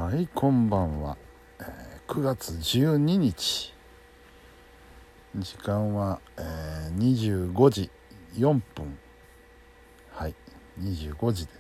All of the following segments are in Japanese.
はい、こんばんは。9月12日、時間は、25時4分。はい、25時です。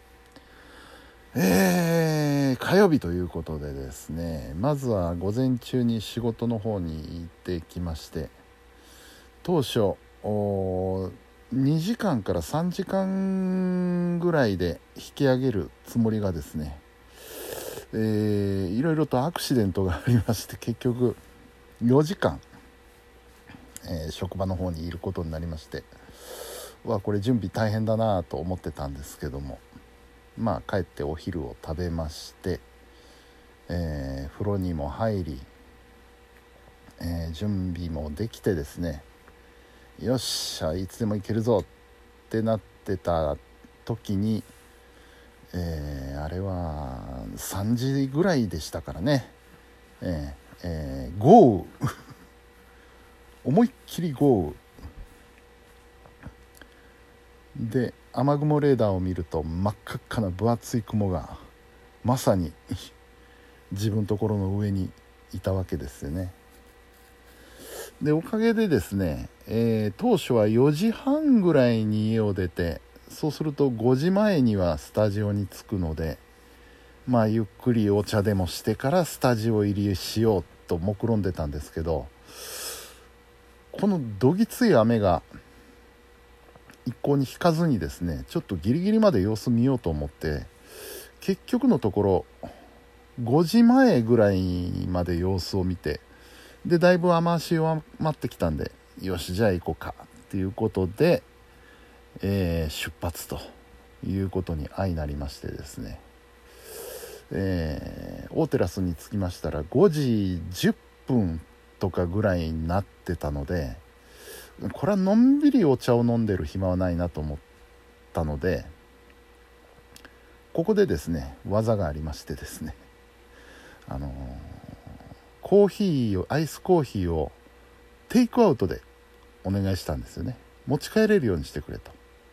火曜日ということでですね、まずは午前中に仕事の方に行ってきまして、当初2時間から3時間ぐらいで引き上げるつもりがですね、いろいろとアクシデントがありまして、結局4時間、職場の方にいることになりまして、これ準備大変だなと思ってたんですけども、帰ってお昼を食べまして、風呂にも入り、準備もできてですね、よっしゃいつでも行けるぞってなってた時に、あれは3時ぐらいでしたからね、豪雨思いっきり豪雨で、雨雲レーダーを見ると真っ赤っかな分厚い雲がまさに自分のところの上にいたわけですよね。でおかげでですね、当初は4時半ぐらいに家を出て、そうすると5時前にはスタジオに着くので、ゆっくりお茶でもしてからスタジオ入りしようと目論んでたんですけど、このどぎつい雨が一向に引かずにですね、ちょっとギリギリまで様子見ようと思って、結局のところ5時前ぐらいまで様子を見て、でだいぶ雨足弱まってきたんで、よしじゃあ行こうかっていうことで、出発ということに相なりましてですね、大テラスに着きましたら5時10分とかぐらいになってたので、これはのんびりお茶を飲んでる暇はないなと思ったので、ここでですね技がありましてですね、コーヒーをアイスコーヒーをテイクアウトでお願いしたんですよね。持ち帰れるようにしてくれと。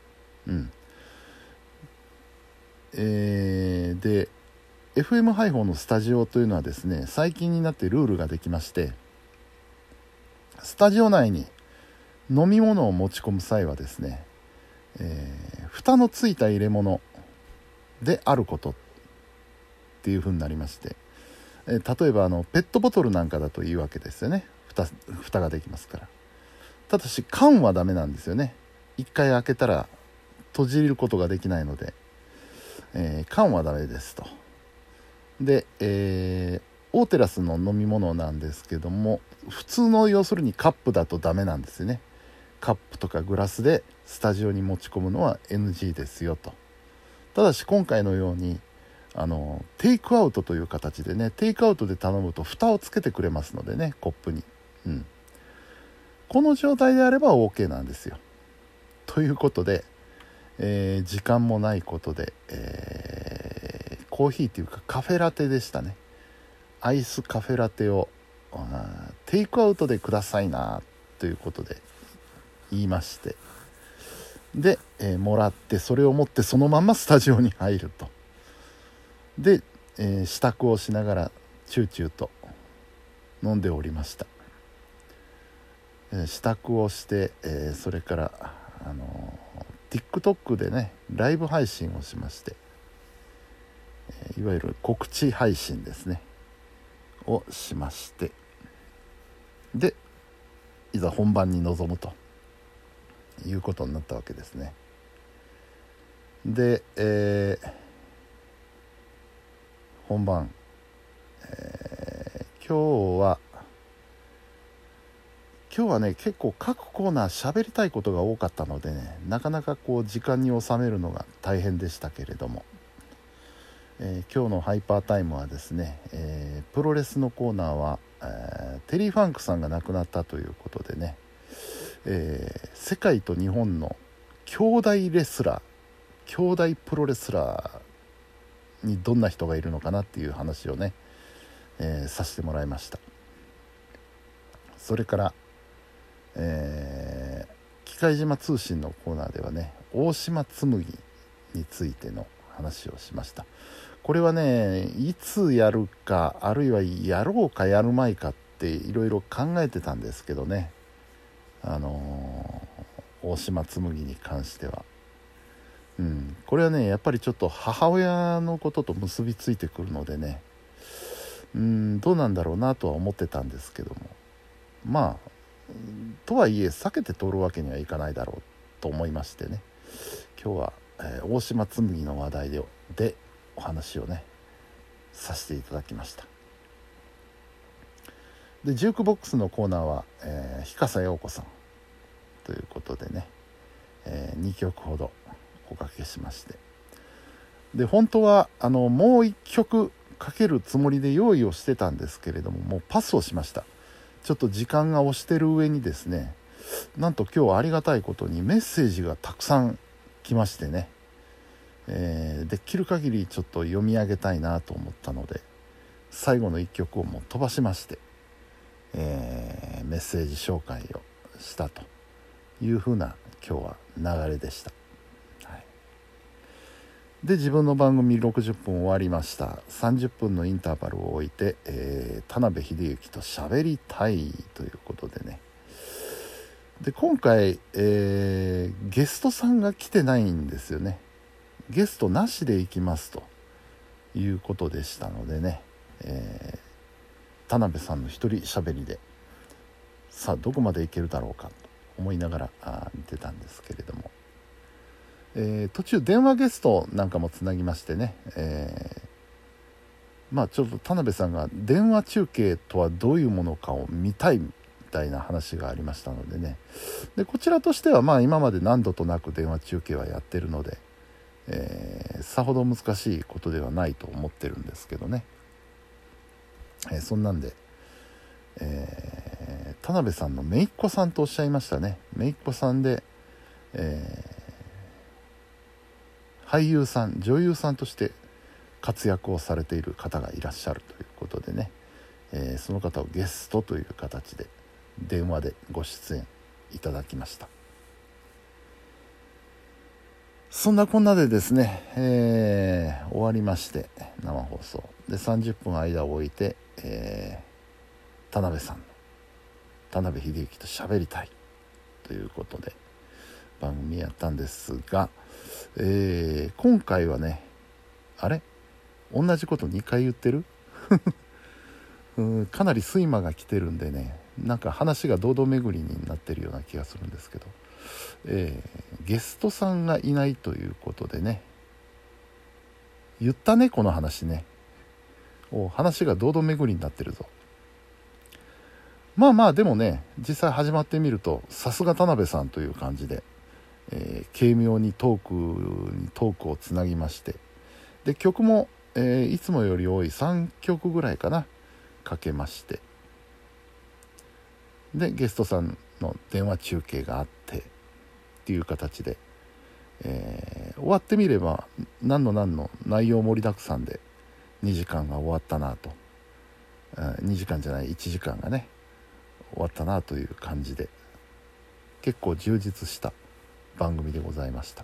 で FM ハイフォンのスタジオというのはですね、最近になってルールができまして、スタジオ内に飲み物を持ち込む際はですね、蓋のついた入れ物であることっていう風になりまして、例えばペットボトルなんかだといいわけですよね。蓋ができますから。ただし缶はダメなんですよね。一回開けたら閉じることができないので、缶はダメですと。で、オーテラスの飲み物なんですけども、普通の要するにカップだとダメなんですよね。カップとかグラスでスタジオに持ち込むのは NG ですよと。ただし今回のようにテイクアウトという形でね、テイクアウトで頼むと蓋をつけてくれますのでね、コップに、この状態であれば OK なんですよ。ということで、時間もないことで、コーヒーっていうかカフェラテでしたね。アイスカフェラテをテイクアウトでくださいなということで言いまして、で、もらって、それを持ってそのままスタジオに入ると。で、支度をしながらチューチューと飲んでおりました。支度をして、それからTikTok でねライブ配信をしまして、いわゆる告知配信ですねをしまして、でいざ本番に臨むということになったわけですね。で、本番、今日はね結構各コーナー喋りたいことが多かったのでね、なかなか時間に収めるのが大変でしたけれども、今日のハイパータイムはですね、プロレスのコーナーは、テリー・ファンクさんが亡くなったということでね、世界と日本の兄弟プロレスラーにどんな人がいるのかなっていう話をね、させてもらいました。それから機械島通信のコーナーではね、大島紬についての話をしました。 これはねいつやるか、あるいはやろうかやるまいかっていろいろ考えてたんですけどね、大島紬に関しては、これはねやっぱりちょっと母親のことと結びついてくるのでね、どうなんだろうなとは思ってたんですけども、まあとはいえ避けて通るわけにはいかないだろうと思いましてね、今日は、大島紬の話題でお話をねさせていただきました。でジュークボックスのコーナーは、日笠陽子さんということでね、2曲ほどおかけしまして、で本当はもう1曲かけるつもりで用意をしてたんですけれども、もうパスをしました。ちょっと時間が押してる上にですね、なんと今日ありがたいことにメッセージがたくさん来ましてね、できる限りちょっと読み上げたいなと思ったので、最後の1曲をもう飛ばしまして、メッセージ紹介をしたというふうな今日は流れでした。で自分の番組60分終わりました。30分のインターバルを置いて、田辺秀幸と喋りたいということでね、で今回、ゲストさんが来てないんですよね。ゲストなしで行きますということでしたのでね、田辺さんの一人喋りで、さあどこまで行けるだろうかと思いながら見てたんですけれども、途中電話ゲストなんかもつなぎましてね、ちょっと田辺さんが電話中継とはどういうものかを見たいみたいな話がありましたのでね、でこちらとしては今まで何度となく電話中継はやってるので、さほど難しいことではないと思ってるんですけどね、そんなんで、田辺さんの姪っ子さんとおっしゃいましたね。姪っ子さんで、俳優さん女優さんとして活躍をされている方がいらっしゃるということでね、その方をゲストという形で電話でご出演いただきました。そんなこんなでですね、終わりまして、生放送で30分間を置いて、田辺さんの田辺秀幸と喋りたいということで番組やったんですが、今回はね、同じこと2回言ってるかなり睡魔が来てるんでね、なんか話が堂々巡りになってるような気がするんですけど、ゲストさんがいないということでね、言ったねこの話ね、話が堂々巡りになってるぞ。でもね、実際始まってみるとさすが田辺さんという感じで、軽妙にトークをつなぎまして、で曲も、いつもより多い3曲ぐらいかなかけまして、でゲストさんの電話中継があってっていう形で、終わってみれば何の内容盛りだくさんで2時間が終わったなと、2時間じゃない1時間がね終わったなという感じで、結構充実した番組でございました。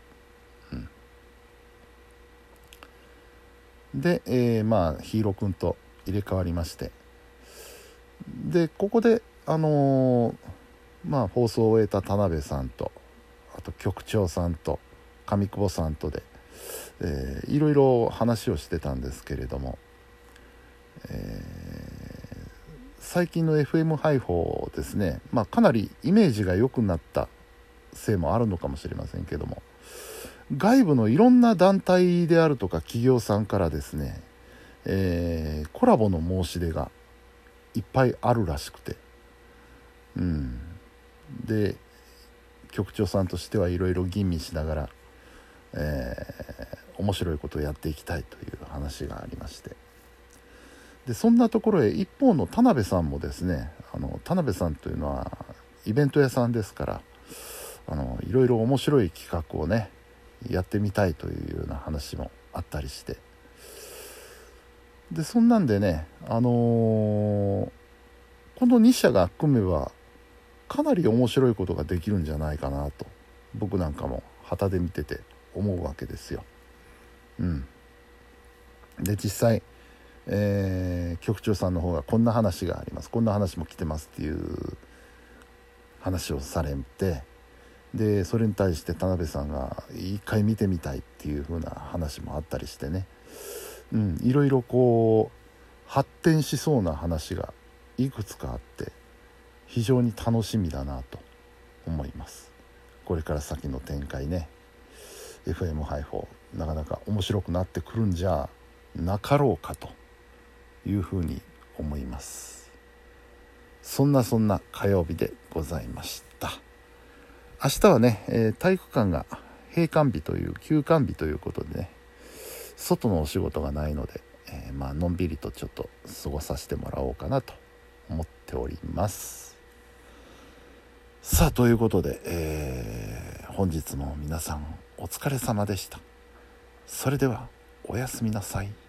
で、ヒーローくんと入れ替わりまして、でここで放送を終えた田辺さんと、あと局長さんと上久保さんとで、いろいろ話をしてたんですけれども、最近の FM 配報ですね、かなりイメージが良くなったせいもあるのかもしれませんけども、外部のいろんな団体であるとか企業さんからですね、コラボの申し出がいっぱいあるらしくて、で局長さんとしてはいろいろ吟味しながら、面白いことをやっていきたいという話がありまして、でそんなところへ一方の田辺さんもですね、田辺さんというのはイベント屋さんですから、いろいろ面白い企画をねやってみたいというような話もあったりして、でそんなんでね、この2社が組めばかなり面白いことができるんじゃないかなと、僕なんかも旗で見てて思うわけですよ。 で実際、局長さんの方がこんな話があります、こんな話も来てますっていう話をされて、でそれに対して田辺さんが一回見てみたいっていう風な話もあったりしてね、いろいろこう発展しそうな話がいくつかあって非常に楽しみだなと思います。これから先の展開ね、 FM ハイフォーなかなか面白くなってくるんじゃなかろうかというふうに思います。そんな火曜日でございました。明日はね、体育館が閉館日という休館日ということでね、外のお仕事がないので、のんびりとちょっと過ごさせてもらおうかなと思っております。さあということで、本日も皆さんお疲れ様でした。それではおやすみなさい。